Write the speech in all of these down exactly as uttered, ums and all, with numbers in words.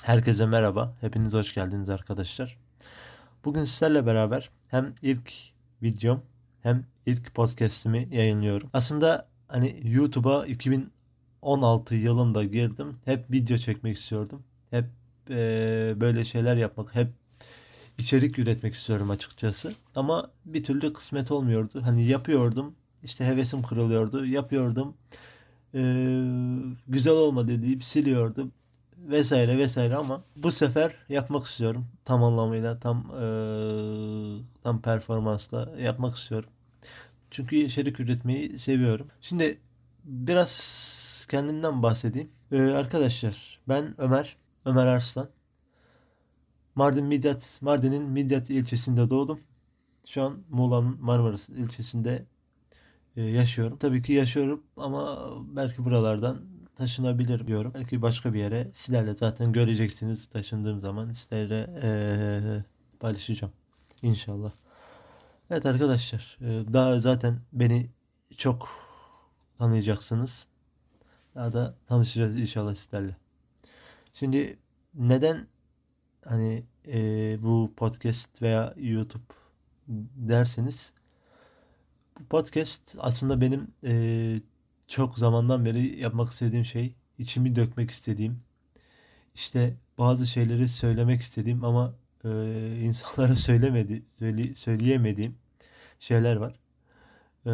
Herkese merhaba. Hepiniz hoş geldiniz arkadaşlar. Bugün sizlerle beraber hem ilk videom hem ilk podcast'imi yayınlıyorum. Aslında hani YouTube'a iki bin on altı yılında girdim. Hep video çekmek istiyordum. Hep eee, böyle şeyler yapmak, hep içerik üretmek istiyorum açıkçası. Ama bir türlü kısmet olmuyordu. Hani yapıyordum. İşte hevesim kırılıyordu. Yapıyordum. Eee, güzel olmadı deyip siliyordum vesaire vesaire ama bu sefer yapmak istiyorum. Tam anlamıyla, tam eee, tam performansla yapmak istiyorum. Çünkü içerik üretmeyi seviyorum. Şimdi biraz kendimden bahsedeyim. Eee, arkadaşlar ben Ömer, Ömer Arslan. Mardin Midyat, Mardin'in Midyat ilçesinde doğdum. Şu an Muğla'nın Marmaris ilçesinde e, yaşıyorum. Tabii ki yaşıyorum ama belki buralardan taşınabilirim diyorum. Belki başka bir yere sizlerle zaten göreceksiniz taşındığım zaman sizlerle e, paylaşacağım inşallah. Evet arkadaşlar, e, daha zaten beni çok tanıyacaksınız. Daha da tanışacağız inşallah sizlerle. Şimdi neden hani e, bu podcast veya YouTube derseniz, bu podcast aslında benim eee, çok zamandan beri yapmak istediğim şey, içimi dökmek istediğim, işte bazı şeyleri söylemek istediğim ama eee, insanlara söylemedi, söyle, söyleyemediğim şeyler var. Eee,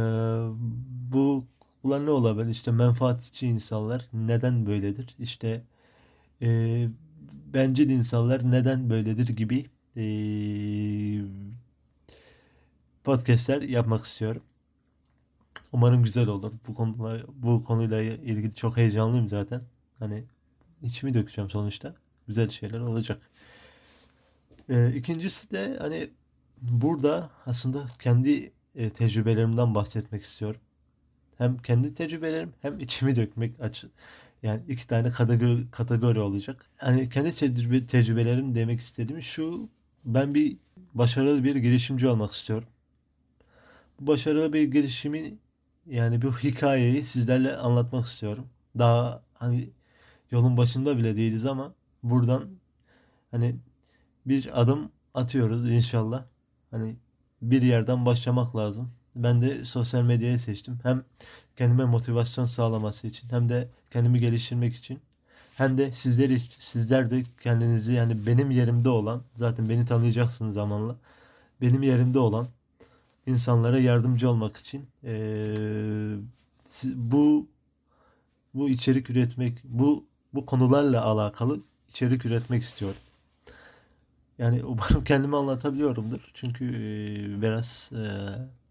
bu bunlar ne olabilir? İşte menfaatçi insanlar neden böyledir? İşte eee bencil insanlar neden böyledir gibi eee podcastler yapmak istiyorum. Umarım güzel olur. Bu konuda bu konuyla ilgili çok heyecanlıyım zaten. Hani içimi dökeceğim sonuçta. Güzel şeyler olacak. Ee, ikincisi de hani burada aslında kendi e, tecrübelerimden bahsetmek istiyorum. Hem kendi tecrübelerim hem içimi dökmek açı. Yani iki tane kategori, kategori olacak. Hani kendi tecrübe, tecrübelerim demek istediğim şu: ben bir başarılı bir girişimci olmak istiyorum. Bu başarılı bir girişimi, yani bu hikayeyi sizlerle anlatmak istiyorum. Daha hani yolun başında bile değiliz ama buradan hani bir adım atıyoruz inşallah. Hani bir yerden başlamak lazım. Ben de sosyal medyayı seçtim. Hem kendime motivasyon sağlaması için hem de kendimi geliştirmek için. Hem de sizleri sizler de kendinizi, yani benim yerimde olan, zaten beni tanıyacaksınız zamanla. Benim yerimde olan insanlara yardımcı olmak için eee, bu bu içerik üretmek, bu bu konularla alakalı içerik üretmek istiyorum. Yani umarım kendimi anlatabiliyorumdur. Çünkü eee, biraz eee,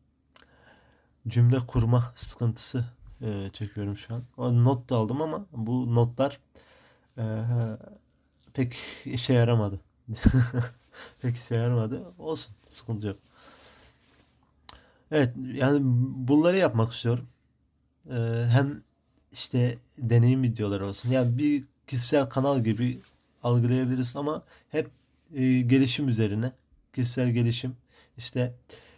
cümle kurma sıkıntısı eee, çekiyorum şu an. O not da aldım ama bu notlar eee, pek işe yaramadı. Pek işe yaramadı. Olsun, sıkıntı yok. Evet, yani bunları yapmak istiyorum. Ee, hem işte deneyim videoları olsun. Yani bir kişisel kanal gibi algılayabiliriz ama hep e, gelişim üzerine. Kişisel gelişim, işte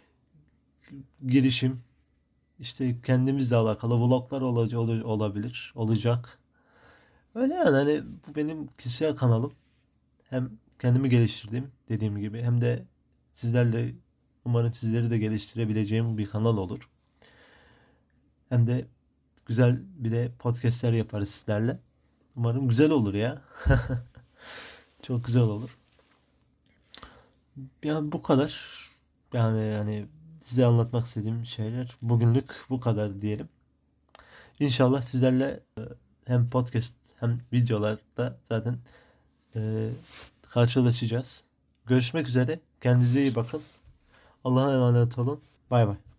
girişim, işte kendimizle alakalı vloglar olacak, olabilir, olacak. Öyle yani, hani bu benim kişisel kanalım. Hem kendimi geliştirdiğim, dediğim gibi, hem de sizlerle, umarım sizleri de geliştirebileceğim bir kanal olur. Hem de güzel bir de podcastler yaparız sizlerle. Umarım güzel olur ya. Çok güzel olur. Yani bu kadar. Yani yani size anlatmak istediğim şeyler bugünlük bu kadar diyelim. İnşallah sizlerle e, hem podcast hem videolarda zaten e, karşılaşacağız. Görüşmek üzere. Kendinize iyi bakın. Allah'a emanet olun. Bay bay.